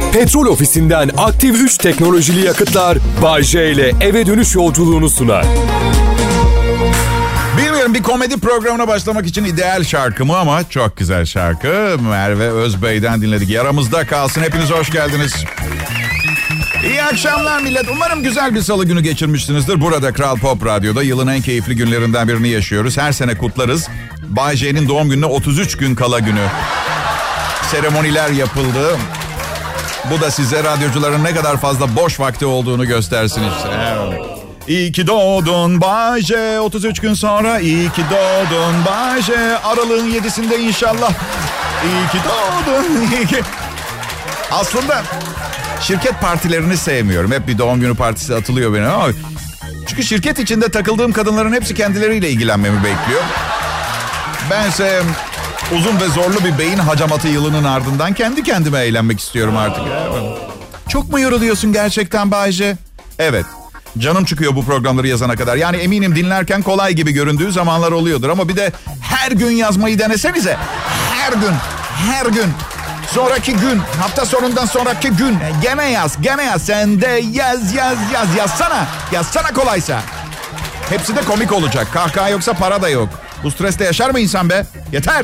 Petrol Ofisi'nden aktif 3 teknolojili yakıtlar Bay J ile eve dönüş yolculuğunu sunar. Bilmiyorum, bir komedi programına başlamak için ideal şarkı mı ama çok güzel şarkı. Merve Özbey'den dinledik. Yaramızda kalsın. Hepiniz hoş geldiniz. İyi akşamlar millet. Umarım güzel bir salı günü geçirmişsinizdir. Burada Kral Pop Radyo'da yılın en keyifli günlerinden birini yaşıyoruz. Her sene kutlarız. Bay J'nin doğum gününe 33 gün kala günü. Seremoniler yapıldı. Bu da size radyocuların ne kadar fazla boş vakti olduğunu göstersin işte. Evet. İyi ki doğdun Bay J, 33 gün sonra iyi ki doğdun Bay J, aralığın 7'sinde inşallah. İyi ki doğdun, iyi ki... Aslında şirket partilerini sevmiyorum. Hep bir doğum günü partisi atılıyor benim ama... Çünkü şirket içinde takıldığım kadınların hepsi kendileriyle ilgilenmemi bekliyor. Bense uzun ve zorlu bir beyin hacamatı yılının ardından kendi kendime eğlenmek istiyorum artık. Çok mu yoruluyorsun gerçekten Bay J? Evet. Canım çıkıyor bu programları yazana kadar. Yani eminim dinlerken kolay gibi göründüğü zamanlar oluyordur. Ama bir de her gün yazmayı denesenize. Her gün. Sonraki gün, hafta sonundan sonraki gün. Gene yaz. Sen de yazsana kolaysa. Hepsi de komik olacak. Kahkaha yoksa para da yok. Bu stresle yaşar mı insan be? Yeter.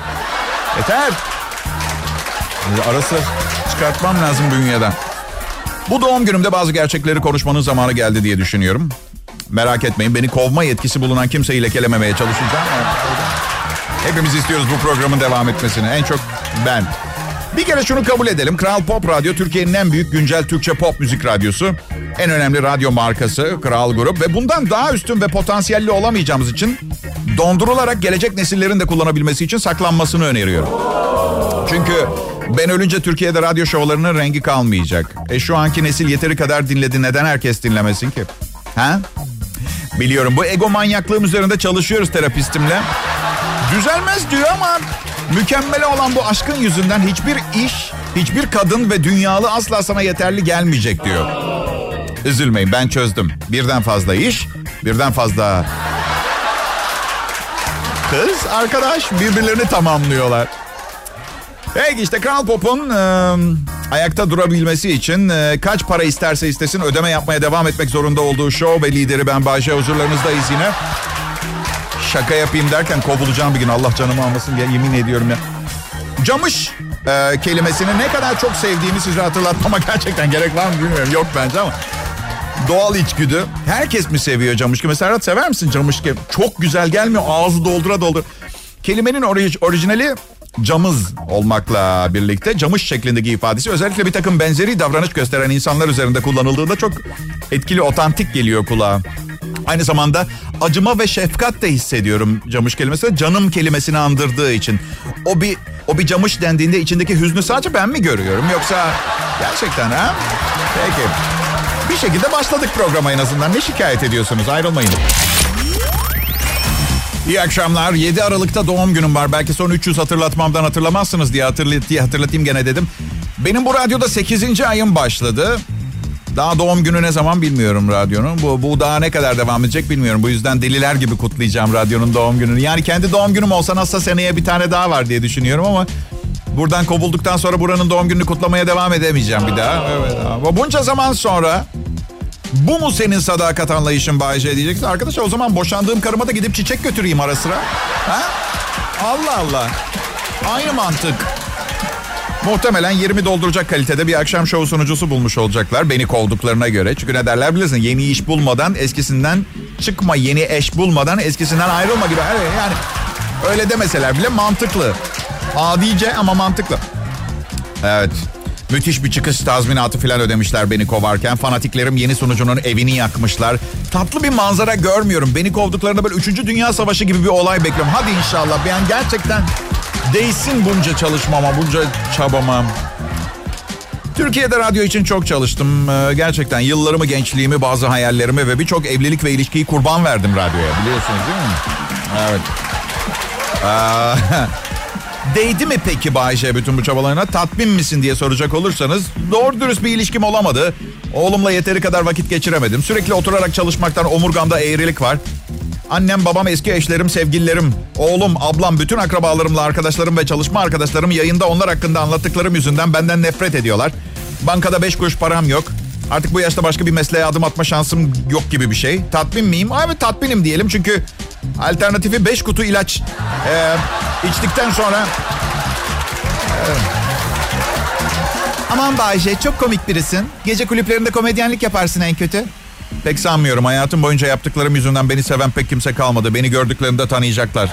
Arası çıkartmam lazım bünyeden. Bu doğum günümde bazı gerçekleri konuşmanın zamanı geldi diye düşünüyorum. Merak etmeyin, beni kovma yetkisi bulunan kimseyi lekelememeye çalışacağım. Hepimiz istiyoruz bu programın devam etmesini. En çok ben. Bir kere şunu kabul edelim. Kral Pop Radyo Türkiye'nin en büyük güncel Türkçe pop müzik radyosu. En önemli radyo markası Kral Grup. Ve bundan daha üstün ve potansiyelli olamayacağımız için dondurularak gelecek nesillerin de kullanabilmesi için saklanmasını öneriyorum. Çünkü ben ölünce Türkiye'de radyo şovlarının rengi kalmayacak. Şu anki nesil yeteri kadar dinledi. Neden herkes dinlemesin ki? Ha? Biliyorum, bu ego manyaklığım üzerinde çalışıyoruz terapistimle. Düzelmez diyor ama mükemmel olan bu aşkın yüzünden hiçbir iş, hiçbir kadın ve dünyalı asla sana yeterli gelmeyecek diyor. Üzülmeyin, ben çözdüm. Birden fazla iş, birden fazla kız, arkadaş birbirlerini tamamlıyorlar. Peki işte Kral Pop'un ayakta durabilmesi için kaç para isterse istesin ödeme yapmaya devam etmek zorunda olduğu show ve lideri ben Bay J, huzurlarınızdayız yine. Şaka yapayım derken kovulacağım bir gün, Allah canımı almasın ya, yemin ediyorum ya. Camış kelimesini ne kadar çok sevdiğimi size hatırlatmama gerçekten gerek var mı bilmiyorum. Yok bence ama doğal içgüdü. Herkes mi seviyor camış? Mesela Serhat, sever misin camış? Çok güzel gelmiyor, ağzı doldura. Kelimenin orijinali camız olmakla birlikte camış şeklindeki ifadesi özellikle bir takım benzeri davranış gösteren insanlar üzerinde kullanıldığında çok etkili, otantik geliyor kulağa. Aynı zamanda acıma ve şefkat de hissediyorum camış kelimesi. Canım kelimesini andırdığı için. O bir camış dendiğinde içindeki hüznü sadece ben mi görüyorum yoksa gerçekten ha? Peki. Bir şekilde başladık programa en azından. Ne şikayet ediyorsunuz? Ayrılmayın. İyi akşamlar. 7 Aralık'ta doğum günüm var. Belki son 300 hatırlatmamdan hatırlamazsınız diye hatırlatayım gene dedim. Benim bu radyoda 8. ayım başladı. Daha doğum günü ne zaman bilmiyorum radyonun. Bu daha ne kadar devam edecek bilmiyorum. Bu yüzden deliler gibi kutlayacağım radyonun doğum gününü. Yani kendi doğum günüm olsa nasılsa seneye bir tane daha var diye düşünüyorum ama... Buradan kovulduktan sonra buranın doğum gününü kutlamaya devam edemeyeceğim bir daha. Evet. Ama bunca zaman sonra... Bu mu senin sadakat anlayışın Bay J diyeceksin. Arkadaş, o zaman boşandığım karıma da gidip çiçek götüreyim ara sıra. Ha? Allah Allah. Aynı mantık. Muhtemelen 20 dolduracak kalitede bir akşam şovu sunucusu bulmuş olacaklar beni kovduklarına göre. Çünkü ne derler bilirsin, yeni iş bulmadan eskisinden çıkma, yeni eş bulmadan eskisinden ayrılma gibi. Yani öyle demeseler bile mantıklı. Adice ama mantıklı. Evet. Müthiş bir çıkış tazminatı falan ödemişler beni kovarken. Fanatiklerim yeni sunucunun evini yakmışlar. Tatlı bir manzara görmüyorum. Beni kovduklarında böyle 3. Dünya Savaşı gibi bir olay bekliyorum. Hadi inşallah. Ben gerçekten değsin bunca çalışmama, bunca çabama. Türkiye'de radyo için çok çalıştım. Gerçekten yıllarımı, gençliğimi, bazı hayallerimi ve birçok evlilik ve ilişkiyi kurban verdim radyoya. Biliyorsunuz değil mi? Evet. Değdi mi peki Bay J bütün bu çabalarına? Tatmin misin diye soracak olursanız, doğru dürüst bir ilişkim olamadı. Oğlumla yeteri kadar vakit geçiremedim. Sürekli oturarak çalışmaktan omurgamda eğrilik var. Annem, babam, eski eşlerim, sevgililerim, oğlum, ablam, bütün akrabalarımla arkadaşlarım ve çalışma arkadaşlarım yayında onlar hakkında anlattıklarım yüzünden benden nefret ediyorlar. Bankada 5 kuruş param yok. Artık bu yaşta başka bir mesleğe adım atma şansım yok gibi bir şey. Tatmin miyim? Abi tatminim diyelim çünkü alternatifi 5 kutu ilaç içtikten sonra... Aman Bayce, çok komik birisin. Gece kulüplerinde komedyenlik yaparsın en kötü. Pek sanmıyorum. Hayatım boyunca yaptıklarım yüzünden beni seven pek kimse kalmadı. Beni gördüklerinde tanıyacaklar.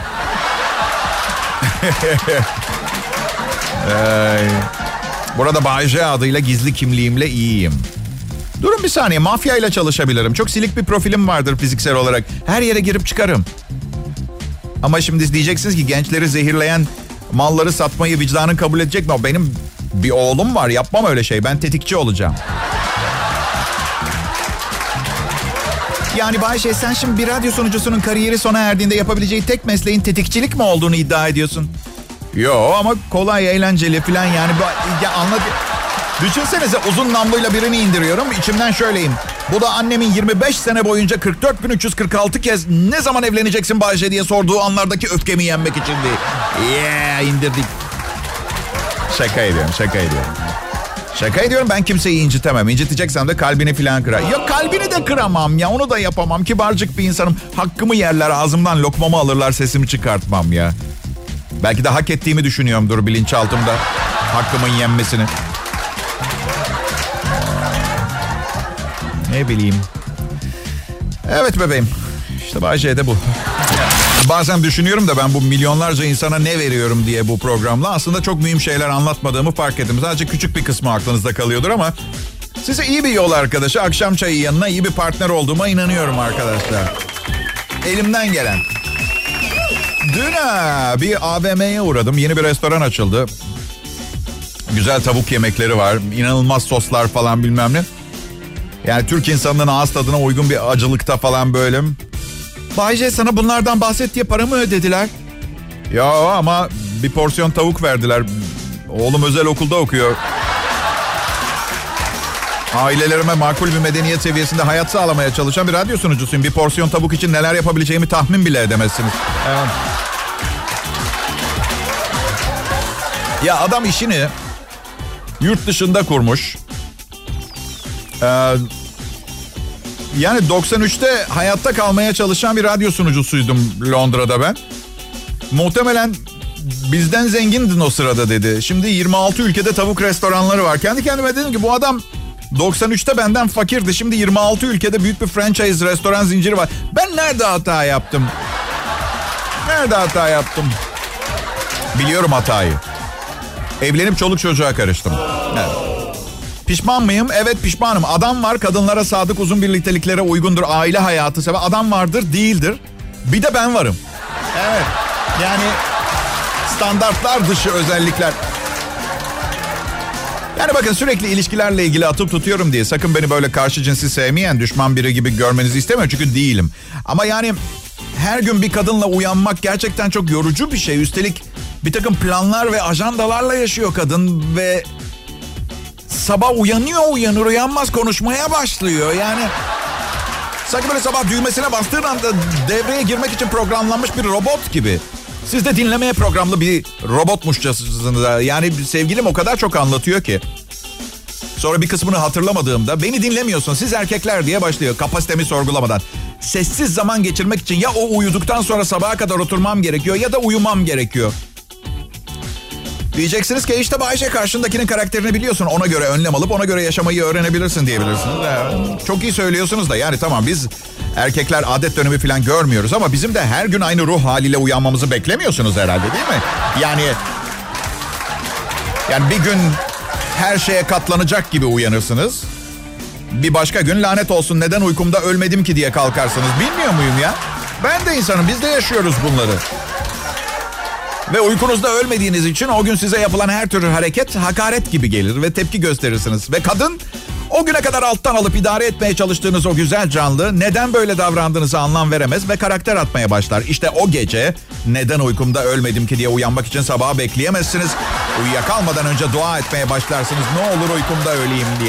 Burada Bayce adıyla gizli kimliğimle iyiyim. Durun bir saniye, mafya ile çalışabilirim. Çok silik bir profilim vardır fiziksel olarak. Her yere girip çıkarım. Ama şimdi diyeceksiniz ki gençleri zehirleyen malları satmayı vicdanın kabul edecek mi? Benim bir oğlum var, yapmam öyle şey. Ben tetikçi olacağım. Yani Bayşe, sen şimdi bir radyo sunucusunun kariyeri sona erdiğinde yapabileceği tek mesleğin tetikçilik mi olduğunu iddia ediyorsun? Yo, ama kolay, eğlenceli falan yani. Ya anlat. Düşünsenize, uzun namluyla birini indiriyorum. İçimden şöyleyim. Bu da annemin 25 sene boyunca 44.346 kez ne zaman evleneceksin Bayşe diye sorduğu anlardaki öfkemi yenmek içindi. Yeah, indirdik. Şaka ediyorum. Şaka ediyorum, ben kimseyi incitemem. İnciteceksem de kalbini falan kırar. Ya kalbini de kıramam ya, onu da yapamam. Kibarcık bir insanım. Hakkımı yerler, ağzımdan lokmamı alırlar, sesimi çıkartmam ya. Belki de hak ettiğimi düşünüyorumdur bilinçaltımda. Hakkımın yenmesini. Ne bileyim. Evet bebeğim. İşte Bayce'de bu. Bazen düşünüyorum da ben bu milyonlarca insana ne veriyorum diye bu programla. Aslında çok mühim şeyler anlatmadığımı fark ettim. Sadece küçük bir kısmı aklınızda kalıyordur ama... size iyi bir yol arkadaşı, akşam çayı yanına iyi bir partner olduğuma inanıyorum arkadaşlar. Elimden gelen. Dün bir AVM'ye uğradım. Yeni bir restoran açıldı. Güzel tavuk yemekleri var. İnanılmaz soslar falan bilmem ne. Yani Türk insanının ağız tadına uygun bir acılıkta falan böyle. Bayce, sana bunlardan bahset diye para mı ödediler? Ya ama bir porsiyon tavuk verdiler. Oğlum özel okulda okuyor. Ailelerime makul bir medeniyet seviyesinde hayat sağlamaya çalışan bir radyo sunucusuyum. Bir porsiyon tavuk için neler yapabileceğimi tahmin bile edemezsiniz. Evet. Ya adam işini yurt dışında kurmuş. Yani 93'te hayatta kalmaya çalışan bir radyo sunucusuydum Londra'da ben. Muhtemelen bizden zengindin o sırada dedi. Şimdi 26 ülkede tavuk restoranları var. Kendi kendime dedim ki bu adam 93'te benden fakirdi. Şimdi 26 ülkede büyük bir franchise restoran zinciri var. Ben nerede hata yaptım? Biliyorum hatayı. Evlenip çoluk çocuğa karıştım. Evet. Pişman mıyım? Evet, pişmanım. Adam var, kadınlara sadık, uzun birlikteliklere uygundur, aile hayatı sever. Adam vardır, değildir. Bir de ben varım. Evet. Yani standartlar dışı özellikler. Yani bakın, sürekli ilişkilerle ilgili atıp tutuyorum diye sakın beni böyle karşı cinsi sevmeyen, düşman biri gibi görmenizi istemiyorum. Çünkü değilim. Ama yani her gün bir kadınla uyanmak gerçekten çok yorucu bir şey. Üstelik bir takım planlar ve ajandalarla yaşıyor kadın ve sabah uyanır uyanmaz konuşmaya başlıyor. Yani sanki böyle sabah düğmesine bastığın anda devreye girmek için programlanmış bir robot gibi. Siz de dinlemeye programlı bir robotmuşçasınız. Yani sevgilim o kadar çok anlatıyor ki. Sonra bir kısmını hatırlamadığımda beni dinlemiyorsun siz erkekler diye başlıyor kapasitemi sorgulamadan. Sessiz zaman geçirmek için ya o uyuduktan sonra sabaha kadar oturmam gerekiyor ya da uyumam gerekiyor. Diyeceksiniz ki işte Bayşe, karşındakinin karakterini biliyorsun. Ona göre önlem alıp ona göre yaşamayı öğrenebilirsin diyebilirsiniz. Çok iyi söylüyorsunuz da yani tamam, biz erkekler adet dönemi falan görmüyoruz ama bizim de her gün aynı ruh haliyle uyanmamızı beklemiyorsunuz herhalde, değil mi? Yani bir gün her şeye katlanacak gibi uyanırsınız. Bir başka gün lanet olsun neden uykumda ölmedim ki diye kalkarsınız. Bilmiyor muyum ya? Ben de insanım, biz de yaşıyoruz bunları. Ve uykunuzda ölmediğiniz için o gün size yapılan her türlü hareket hakaret gibi gelir ve tepki gösterirsiniz. Ve kadın o güne kadar alttan alıp idare etmeye çalıştığınız o güzel canlı neden böyle davrandığınızı anlam veremez ve karakter atmaya başlar. İşte o gece neden uykumda ölmedim ki diye uyanmak için sabaha bekleyemezsiniz. Uyuyakalmadan önce dua etmeye başlarsınız. Ne olur uykumda öleyim diye.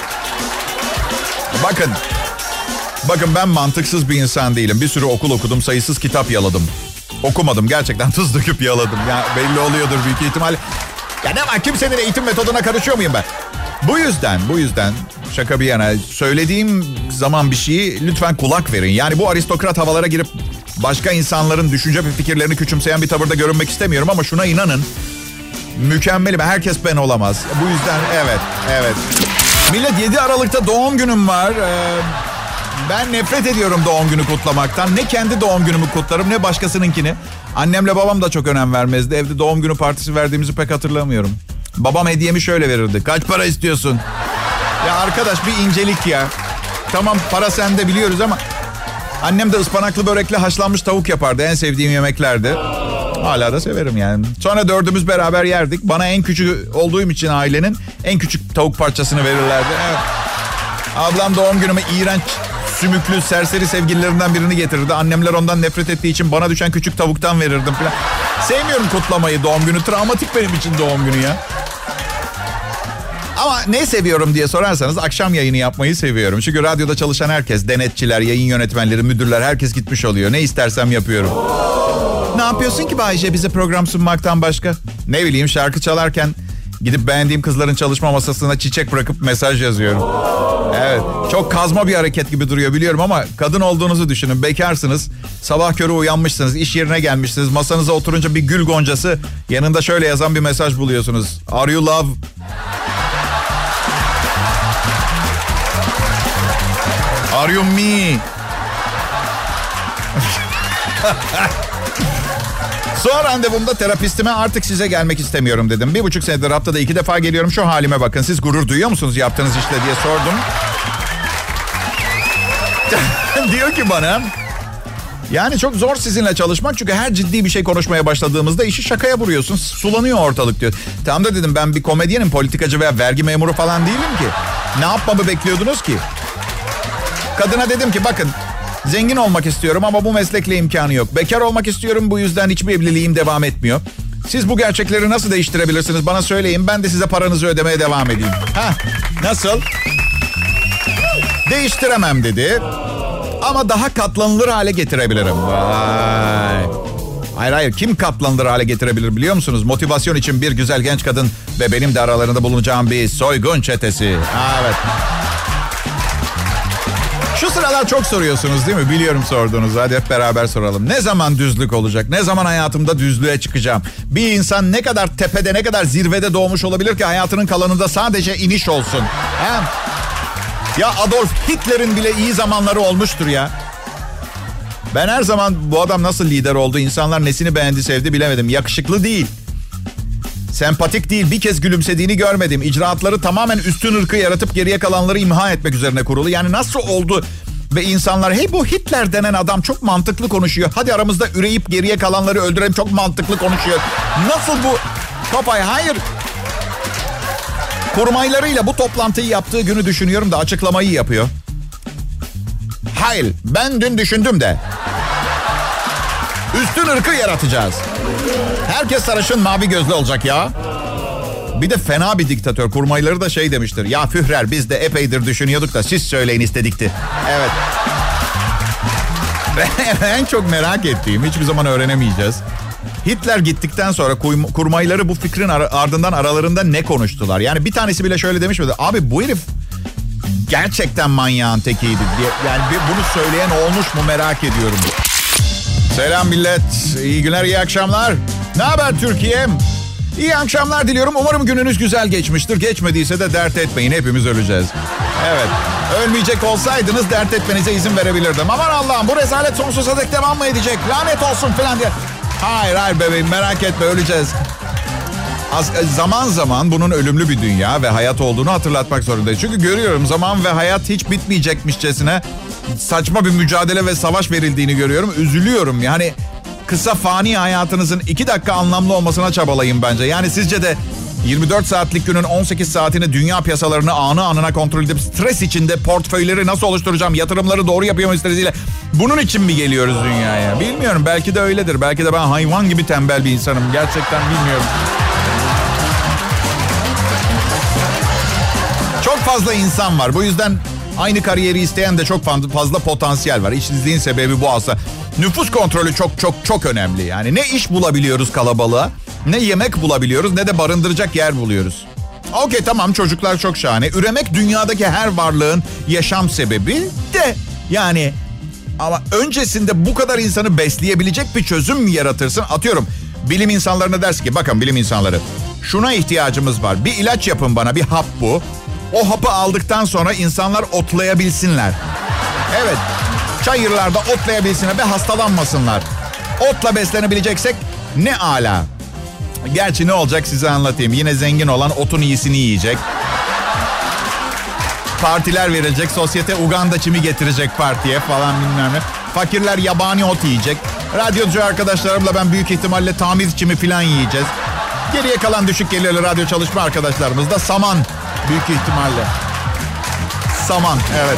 Bakın ben mantıksız bir insan değilim. Bir sürü okul okudum, sayısız kitap yaladım. Okumadım, gerçekten tuz döküp yaladım. Ya belli oluyordur büyük ihtimal. Ya ne var, kimsenin eğitim metoduna karışıyor muyum ben? Bu yüzden şaka bir yana söylediğim zaman bir şeyi lütfen kulak verin. Yani bu aristokrat havalara girip başka insanların düşünce ve fikirlerini küçümseyen bir tavırda görünmek istemiyorum ama şuna inanın. Mükemmelim. Herkes ben olamaz. Bu yüzden evet. Millet 7 Aralık'ta doğum günüm var. Ben nefret ediyorum doğum günü kutlamaktan. Ne kendi doğum günümü kutlarım ne başkasınınkini. Annemle babam da çok önem vermezdi. Evde doğum günü partisi verdiğimizi pek hatırlamıyorum. Babam hediyemi şöyle verirdi. Kaç para istiyorsun? Ya arkadaş bir incelik ya. Tamam para sende biliyoruz ama... Annem de ıspanaklı börekle haşlanmış tavuk yapardı. En sevdiğim yemeklerdi. Hala da severim yani. Sonra dördümüz beraber yerdik. Bana en küçük olduğum için ailenin en küçük tavuk parçasını verirlerdi. Evet. Ablam doğum günüme iğrenç, sümüklü, serseri sevgililerinden birini getirirdi. Annemler ondan nefret ettiği için bana düşen küçük tavuktan verirdim falan. Sevmiyorum kutlamayı, doğum günü. Travmatik benim için doğum günü ya. Ama ne seviyorum diye sorarsanız akşam yayını yapmayı seviyorum. Çünkü radyoda çalışan herkes, denetçiler, yayın yönetmenleri, müdürler herkes gitmiş oluyor. Ne istersem yapıyorum. Ne yapıyorsun ki Bayce bize program sunmaktan başka? Ne bileyim şarkı çalarken gidip beğendiğim kızların çalışma masasına çiçek bırakıp mesaj yazıyorum. Evet çok kazma bir hareket gibi duruyor biliyorum ama kadın olduğunuzu düşünün. Bekarsınız, sabah körü uyanmışsınız, iş yerine gelmişsiniz. Masanıza oturunca bir gül goncası yanında şöyle yazan bir mesaj buluyorsunuz. Are you love? Are you me? Son randevumda terapistime artık size gelmek istemiyorum dedim. 1,5 senedir haftada 2 defa geliyorum. Şu halime bakın. Siz gurur duyuyor musunuz yaptığınız işle diye sordum. Diyor ki bana... Yani çok zor sizinle çalışmak çünkü her ciddi bir şey konuşmaya başladığımızda işi şakaya vuruyorsun. Sulanıyor ortalık diyor. Tamam da dedim ben bir komedyenim, politikacı veya vergi memuru falan değilim ki. Ne yapmamı bekliyordunuz ki? Kadına dedim ki bakın zengin olmak istiyorum ama bu meslekle imkanı yok. Bekar olmak istiyorum bu yüzden hiçbir evliliğim devam etmiyor. Siz bu gerçekleri nasıl değiştirebilirsiniz bana söyleyin. Ben de size paranızı ödemeye devam edeyim. Nasıl? Değiştiremem dedi. Ama daha katlanılır hale getirebilirim. Vay. Hayır kim katlanılır hale getirebilir biliyor musunuz? Motivasyon için bir güzel genç kadın ve benim de aralarında bulunacağım bir soygun çetesi. Evet. Şu sıralar çok soruyorsunuz değil mi? Biliyorum sorduğunuzu. Hadi hep beraber soralım. Ne zaman düzlük olacak? Ne zaman hayatımda düzlüğe çıkacağım? Bir insan ne kadar tepede, ne kadar zirvede doğmuş olabilir ki hayatının kalanında sadece iniş olsun? He? Ya Adolf Hitler'in bile iyi zamanları olmuştur ya. Ben her zaman bu adam nasıl lider oldu? İnsanlar nesini beğendi, sevdi bilemedim. Yakışıklı değil. Sempatik değil, bir kez gülümsediğini görmedim. İcraatları tamamen üstün ırkı yaratıp geriye kalanları imha etmek üzerine kurulu. Yani nasıl oldu ve insanlar hey bu Hitler denen adam çok mantıklı konuşuyor. Hadi aramızda üreyip geriye kalanları öldürelim çok mantıklı konuşuyor. Nasıl bu Popeye? Hayır. Kurmaylarıyla bu toplantıyı yaptığı günü düşünüyorum da açıklamayı yapıyor. Hayır ben dün düşündüm de. Üstün ırkı yaratacağız. Herkes sarışın mavi gözlü olacak ya. Bir de fena bir diktatör. Kurmayları da şey demiştir. Ya Führer biz de epeydir düşünüyorduk da siz söyleyin istedikti. Evet. En çok merak ettiğim hiçbir zaman öğrenemeyeceğiz. Hitler gittikten sonra kurmayları bu fikrin ardından aralarında ne konuştular? Yani bir tanesi bile şöyle demiş miydi? Abi bu herif gerçekten manyağın tekiydi diye. Yani bunu söyleyen olmuş mu merak ediyorum. Selam millet. İyi günler, iyi akşamlar. Ne haber Türkiye? İyi akşamlar diliyorum. Umarım gününüz güzel geçmiştir. Geçmediyse de dert etmeyin. Hepimiz öleceğiz. Evet. Ölmeyecek olsaydınız dert etmenize izin verebilirdim. Aman Allah'ım bu rezalet sonsuza dek devam mı edecek? Lanet olsun falan diye. Hayır bebeğim merak etme öleceğiz. Zaman zaman bunun ölümlü bir dünya ve hayat olduğunu hatırlatmak zorundayız. Çünkü görüyorum zaman ve hayat hiç bitmeyecekmişçesine saçma bir mücadele ve savaş verildiğini görüyorum. Üzülüyorum yani kısa fani hayatınızın 2 dakika anlamlı olmasına çabalayın bence. Yani sizce de 24 saatlik günün 18 saatini dünya piyasalarını anı anına kontrol edip stres içinde portföyleri nasıl oluşturacağım, yatırımları doğru yapıyor mu stresiyle bunun için mi geliyoruz dünyaya? Bilmiyorum belki de öyledir. Belki de ben hayvan gibi tembel bir insanım. Gerçekten bilmiyorum. Çok fazla insan var. Bu yüzden aynı kariyeri isteyen de çok fazla potansiyel var. İşsizliğin sebebi bu aslında. Nüfus kontrolü çok önemli. Yani ne iş bulabiliyoruz kalabalığa, ne yemek bulabiliyoruz, ne de barındıracak yer buluyoruz. Okey, tamam, çocuklar çok şahane. Üremek dünyadaki her varlığın yaşam sebebi de yani... Ama öncesinde bu kadar insanı besleyebilecek bir çözüm mü yaratırsın? Atıyorum, bilim insanlarına dersin ki bakın bilim insanları, şuna ihtiyacımız var. Bir ilaç yapın bana, bir hap bu. O hapı aldıktan sonra insanlar otlayabilsinler. Evet, çayırlarda otlayabilsinler ve hastalanmasınlar. Otla beslenebileceksek ne ala. Gerçi ne olacak size anlatayım. Yine zengin olan otun iyisini yiyecek. Partiler verilecek. Sosyete Uganda çimi getirecek partiye falan bilmem ne. Fakirler yabani ot yiyecek. Radyocu arkadaşlarımla ben büyük ihtimalle tamir çimi falan yiyeceğiz. Geriye kalan düşük gelirli radyo çalışma arkadaşlarımız da saman. Büyük ihtimalle. Saman, evet.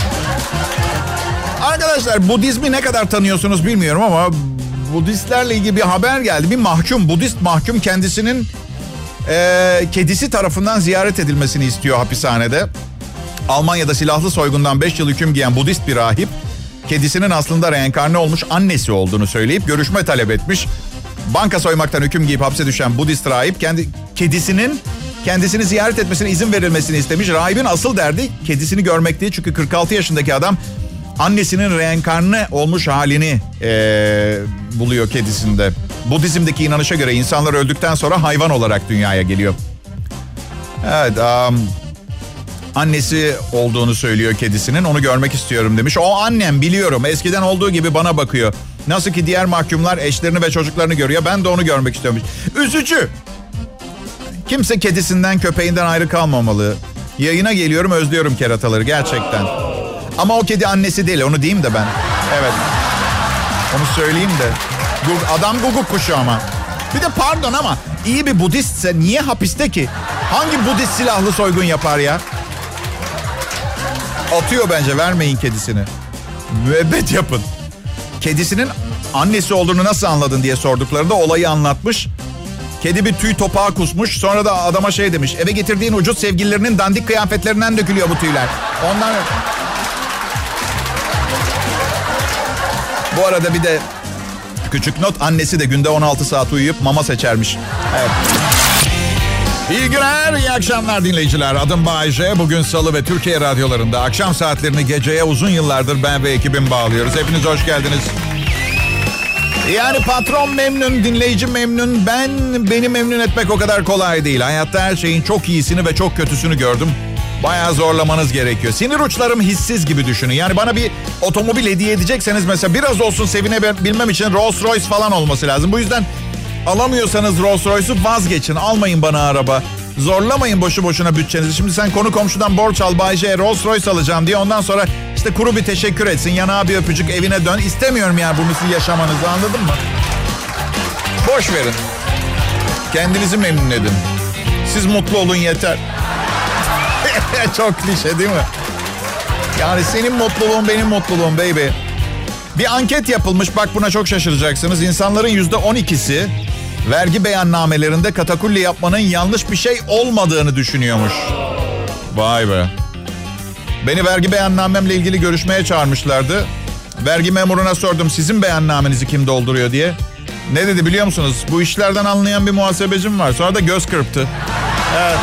Arkadaşlar, Budizmi ne kadar tanıyorsunuz bilmiyorum ama Budistlerle ilgili bir haber geldi. Bir mahkum, Budist mahkum kendisinin kedisi tarafından ziyaret edilmesini istiyor hapishanede. Almanya'da silahlı soygundan 5 yıl hüküm giyen Budist bir rahip, kedisinin aslında reenkarne olmuş annesi olduğunu söyleyip görüşme talep etmiş. Banka soymaktan hüküm giyip hapse düşen Budist rahip kendisini ziyaret etmesine izin verilmesini istemiş. Rahibin asıl derdi kedisini görmek değil, çünkü 46 yaşındaki adam annesinin reenkarne olmuş halini buluyor kedisinde. Budizm'deki inanışa göre insanlar öldükten sonra hayvan olarak dünyaya geliyor. Evet, annesi olduğunu söylüyor kedisinin. Onu görmek istiyorum demiş. O annem, biliyorum, eskiden olduğu gibi bana bakıyor. Nasıl ki diğer mahkumlar eşlerini ve çocuklarını görüyor. Ben de onu görmek istiyorum. Üzücü. Kimse kedisinden, köpeğinden ayrı kalmamalı. Yayına geliyorum, özlüyorum kerataları gerçekten. Ama o kedi annesi değil, onu diyeyim de ben. Evet. Onu söyleyeyim de. Adam guguk kuşu ama. Bir de pardon ama iyi bir Budistse niye hapiste ki? Hangi Budist silahlı soygun yapar ya? Atıyor bence, vermeyin kedisini. Müebbet yapın. Kedisinin annesi olduğunu nasıl anladın diye sorduklarında olayı anlatmış. Kedi bir tüy topağı kusmuş. Sonra da adama şey demiş. Eve getirdiğin ucuz sevgililerinin dandik kıyafetlerinden dökülüyor bu tüyler. Ondan... Bu arada bir de küçük not, annesi de günde 16 saat uyuyup mama seçermiş. Evet. İyi günler, iyi akşamlar dinleyiciler. Adım Bay J. Bugün Salı ve Türkiye radyolarında akşam saatlerini geceye uzun yıllardır ben ve ekibim bağlıyoruz. Hepiniz hoş geldiniz. Yani patron memnun, dinleyici memnun. Beni memnun etmek o kadar kolay değil. Hayatta her şeyin çok iyisini ve çok kötüsünü gördüm. Bayağı zorlamanız gerekiyor. Sinir uçlarım hissiz gibi düşünün. Yani bana bir otomobil hediye edecekseniz mesela biraz olsun sevinebilmem için Rolls Royce falan olması lazım. Bu yüzden alamıyorsanız Rolls Royce'u vazgeçin. Almayın bana araba. Zorlamayın boşu boşuna bütçenizi. Şimdi sen konu komşudan borç al, Bay J Rolls Royce alacağım diye. Ondan sonra işte kuru bir teşekkür etsin. Yanağa bir öpücük, evine dön. İstemiyorum yani bunu siz yaşamanızı, anladın mı? Boş verin. Kendinizi memnun edin. Siz mutlu olun yeter. Çok klişe değil mi? Yani senin mutluluğun benim mutluluğum baby. Bir anket yapılmış, bak buna çok şaşıracaksınız. İnsanların %12'si vergi beyannamelerinde katakulli yapmanın yanlış bir şey olmadığını düşünüyormuş. Vay be. Beni vergi beyannamemle ilgili görüşmeye çağırmışlardı. Vergi memuruna sordum, sizin beyannamenizi kim dolduruyor diye. Ne dedi biliyor musunuz? Bu işlerden anlayan bir muhasebecim var. Sonra da göz kırptı. Evet.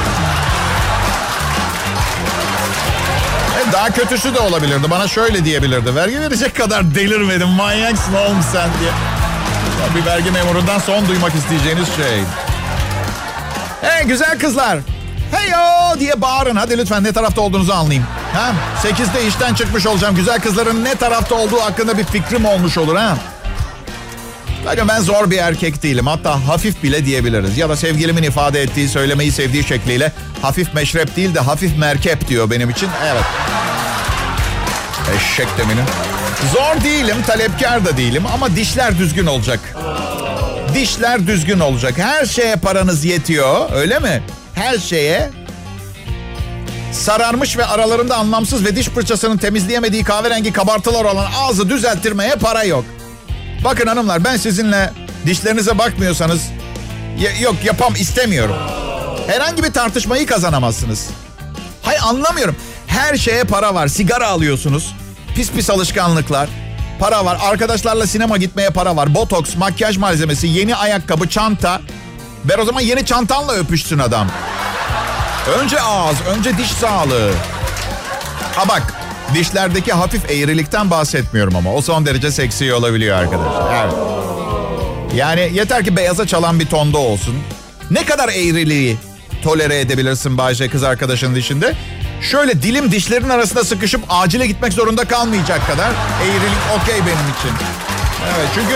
Daha kötüsü de olabilirdi. Bana şöyle diyebilirdi. Vergi verecek kadar delirmedim. Manyaksın oğlum sen diye. Bir vergi memurundan son duymak isteyeceğiniz şey. Hey güzel kızlar. Heyo diye bağırın. Hadi lütfen, ne tarafta olduğunuzu anlayayım. Ha? 8'de işten çıkmış olacağım. Güzel kızların ne tarafta olduğu hakkında bir fikrim olmuş olur ha. Bakın ben zor bir erkek değilim. Hatta hafif bile diyebiliriz. Ya da sevgilimin ifade ettiği, söylemeyi sevdiği şekliyle hafif meşrep değil de hafif merkep diyor benim için. Evet. Eşek deminim. Zor değilim, talepkar da değilim ama dişler düzgün olacak. Dişler düzgün olacak. Her şeye paranız yetiyor, öyle mi? Her şeye. Sararmış ve aralarında anlamsız ve diş fırçasının temizleyemediği kahverengi kabartılar olan ağzı düzelttirmeye para yok. Bakın hanımlar, ben sizinle dişlerinize bakmıyorsanız istemiyorum. Herhangi bir tartışmayı kazanamazsınız. Hayır, anlamıyorum. Her şeye para var. Sigara alıyorsunuz. Pis pis alışkanlıklar. Para var. Arkadaşlarla sinema gitmeye para var. Botoks, makyaj malzemesi, yeni ayakkabı, çanta. Ver o zaman yeni çantanla öpüşsün adam. Önce ağız, önce diş sağlığı. Ha bak, dişlerdeki hafif eğrilikten bahsetmiyorum ama o son derece seksi olabiliyor arkadaşlar. Evet. Yani yeter ki beyaza çalan bir tonda olsun. Ne kadar eğriliği tolere edebilirsin Bayce kız arkadaşının dişinde? Şöyle dilim dişlerin arasında sıkışıp acile gitmek zorunda kalmayacak kadar eğrilik okey benim için. Evet, çünkü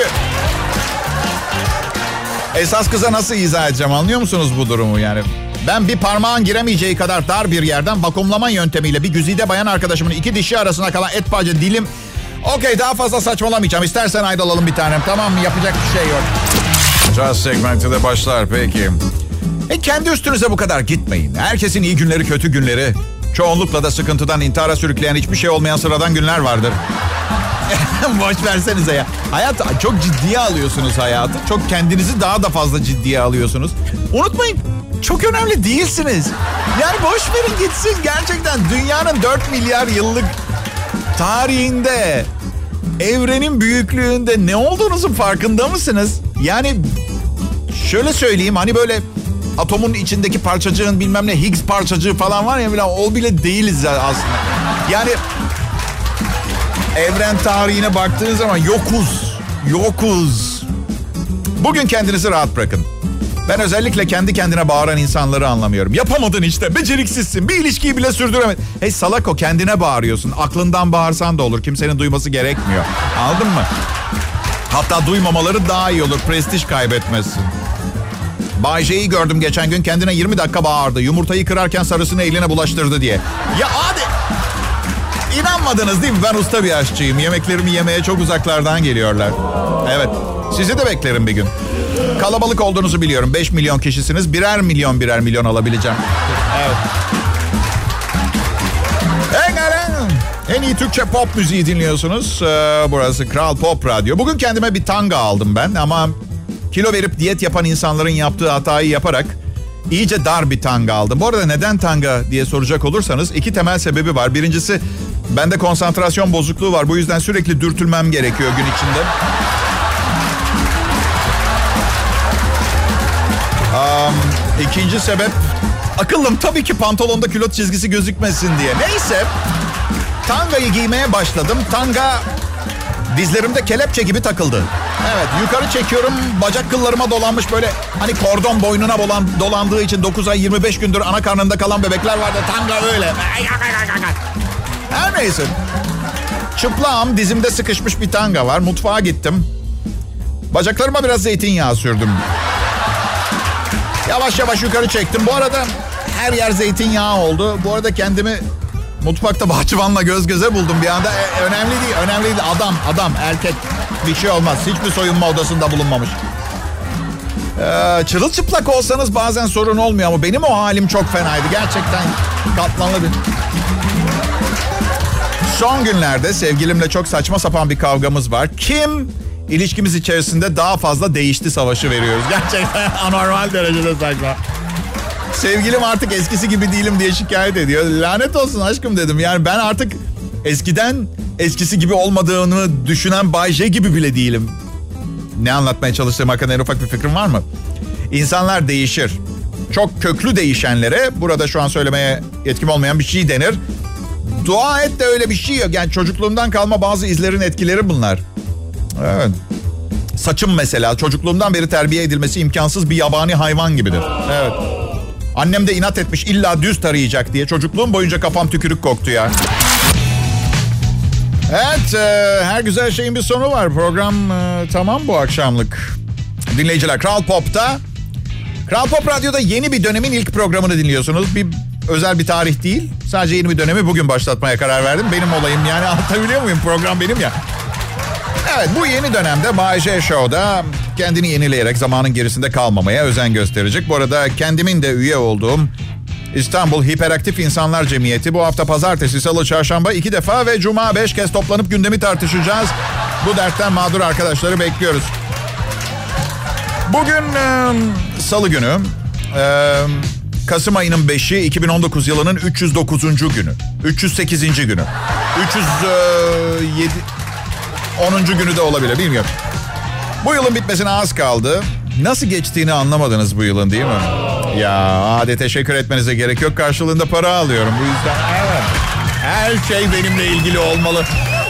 esas kıza nasıl izah edeceğim, anlıyor musunuz bu durumu yani? Ben bir parmağın giremeyeceği kadar dar bir yerden vakumlama yöntemiyle bir güzide bayan arkadaşımın iki dişi arasına kalan et parça dilim... Okey, daha fazla saçmalamayacağım. İstersen ayrılalım bir tanem, tamam mı? Yapacak bir şey yok. Just segmenti de başlar peki. Kendi üstünüze bu kadar gitmeyin. Herkesin iyi günleri, kötü günleri. Çoğunlukla da sıkıntıdan intihara sürükleyen hiçbir şey olmayan sıradan günler vardır. Boş versenize ya. Hayat, çok ciddiye alıyorsunuz hayatı. Çok kendinizi daha da fazla ciddiye alıyorsunuz. Unutmayın, çok önemli değilsiniz. Yani boş verin gitsin. Gerçekten dünyanın 4 milyar yıllık tarihinde, evrenin büyüklüğünde ne olduğunuzun farkında mısınız? Yani şöyle söyleyeyim, hani böyle atomun içindeki parçacığın bilmem ne Higgs parçacığı falan var ya, o bile değiliz aslında. Yani evren tarihine baktığınız zaman yokuz. Bugün kendinizi rahat bırakın. Ben özellikle kendi kendine bağıran insanları anlamıyorum. Yapamadın işte, beceriksizsin, bir ilişkiyi bile sürdüremedin. Hey salak, o kendine bağırıyorsun. Aklından bağırsan da olur, kimsenin duyması gerekmiyor. Anladın mı? Hatta duymamaları daha iyi olur, prestij kaybetmezsin. Bay J'yi gördüm geçen gün, kendine 20 dakika bağırdı. Yumurtayı kırarken sarısını eline bulaştırdı diye. Ya hadi! İnanmadınız değil mi? Ben usta bir aşçıyım. Yemeklerimi yemeye çok uzaklardan geliyorlar. Evet, sizi de beklerim bir gün. Kalabalık olduğunuzu biliyorum. 5 milyon kişisiniz. Birer milyon alabileceğim. Evet. En iyi Türkçe pop müziği dinliyorsunuz. Burası Kral Pop Radyo. Bugün kendime bir tanga aldım ben ama kilo verip diyet yapan insanların yaptığı hatayı yaparak iyice dar bir tanga aldım. Bu arada neden tanga diye soracak olursanız 2 temel sebebi var. Birincisi, bende konsantrasyon bozukluğu var. Bu yüzden sürekli dürtülmem gerekiyor gün içinde. İkinci sebep, akıllım tabii ki pantolonda külot çizgisi gözükmesin diye. Neyse, tangayı giymeye başladım. Tanga dizlerimde kelepçe gibi takıldı. Evet, yukarı çekiyorum, bacak kıllarıma dolanmış, böyle hani kordon boynuna dolandığı için 9 ay 25 gündür ana karnında kalan bebekler vardı. Tanga öyle. Her neyse, çıplağım, dizimde sıkışmış bir tanga var. Mutfağa gittim. Bacaklarıma biraz zeytinyağı sürdüm. Yavaş yavaş yukarı çektim. Bu arada her yer zeytinyağı oldu. Bu arada kendimi mutfakta bahçıvanla göz göze buldum bir anda. Önemli değil. Adam, erkek. Bir şey olmaz. Hiçbir soyunma odasında bulunmamış. Çırılçıplak olsanız bazen sorun olmuyor ama benim o halim çok fenaydı. Gerçekten katlanlı bir... Son günlerde sevgilimle çok saçma sapan bir kavgamız var. Kim ilişkimiz içerisinde daha fazla değişti savaşı veriyoruz. Gerçekten anormal derecede saçma. Sevgilim artık eskisi gibi değilim diye şikayet ediyor. Lanet olsun aşkım dedim. Yani ben artık eskiden eskisi gibi olmadığını düşünen Bay J gibi bile değilim. Ne anlatmaya çalıştığım hakkında en ufak bir fikrin var mı? İnsanlar değişir. Çok köklü değişenlere burada şu an söylemeye yetkim olmayan bir şey denir. Dua et de öyle bir şey yok. Yani çocukluğumdan kalma bazı izlerin etkileri bunlar. Evet. Saçım mesela çocukluğumdan beri terbiye edilmesi imkansız bir yabani hayvan gibidir. Evet. Annem de inat etmiş illa düz tarayacak diye. Çocukluğum boyunca kafam tükürük koktu ya. Evet, her güzel şeyin bir sonu var. Program tamam bu akşamlık. Dinleyiciler, Kral Pop'ta. Kral Pop Radyo'da yeni bir dönemin ilk programını dinliyorsunuz. Bir özel bir tarih değil. Sadece yeni bir dönemi bugün başlatmaya karar verdim. Benim olayım yani, anlatabiliyor muyum? Program benim ya. Evet, bu yeni dönemde Bay J Show'da kendini yenileyerek zamanın gerisinde kalmamaya özen gösterecek. Bu arada kendimin de üye olduğum İstanbul Hiperaktif İnsanlar Cemiyeti bu hafta pazartesi, salı, çarşamba 2 defa ve cuma 5 kez toplanıp gündemi tartışacağız. Bu dertten mağdur arkadaşları bekliyoruz. Bugün salı günü, Kasım ayının 5'i 2019 yılının 309. günü. 308. günü. 307... 10. günü de olabilir, bilmiyorum. Bu yılın bitmesine az kaldı. Nasıl geçtiğini anlamadınız bu yılın, değil mi? Ya hadi teşekkür etmenize gerek yok. Karşılığında para alıyorum. Bu yüzden evet. Her şey benimle ilgili olmalı.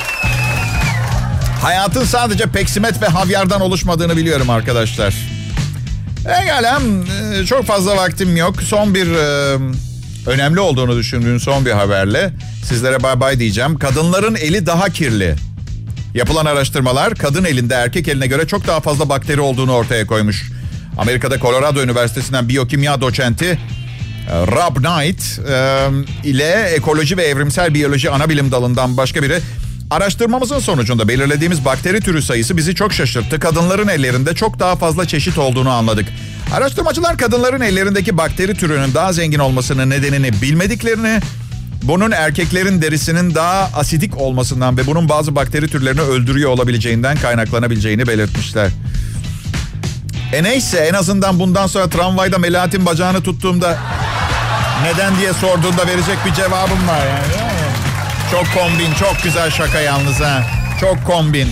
Hayatın sadece peksimet ve havyardan oluşmadığını biliyorum arkadaşlar. Pekala, çok fazla vaktim yok. Son bir önemli olduğunu düşündüğüm son bir haberle sizlere bay bay diyeceğim. Kadınların eli daha kirli. Yapılan araştırmalar kadın elinde erkek eline göre çok daha fazla bakteri olduğunu ortaya koymuş. Amerika'da Colorado Üniversitesi'nden biyokimya doçenti Rob Knight ile ekoloji ve evrimsel biyoloji ana bilim dalından başka biri, araştırmamızın sonucunda belirlediğimiz bakteri türü sayısı bizi çok şaşırttı. Kadınların ellerinde çok daha fazla çeşit olduğunu anladık. Araştırmacılar kadınların ellerindeki bakteri türünün daha zengin olmasının nedenini bilmediklerini, bunun erkeklerin derisinin daha asidik olmasından ve bunun bazı bakteri türlerini öldürüyor olabileceğinden kaynaklanabileceğini belirtmişler. Neyse, en azından bundan sonra tramvayda Melahat'in bacağını tuttuğumda neden diye sorduğunda verecek bir cevabım var yani. Çok kombin, çok güzel şaka yalnız ha. Çok kombin.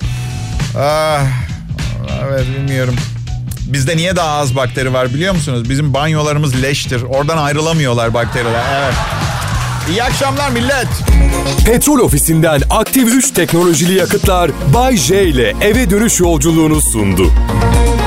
Evet, bilmiyorum. Bizde niye daha az bakteri var biliyor musunuz? Bizim banyolarımız leştir. Oradan ayrılamıyorlar bakteriler. Evet. İyi akşamlar millet. Petrol Ofisi'nden aktif 3 teknolojili yakıtlar Bay J ile eve dönüş yolculuğunu sundu.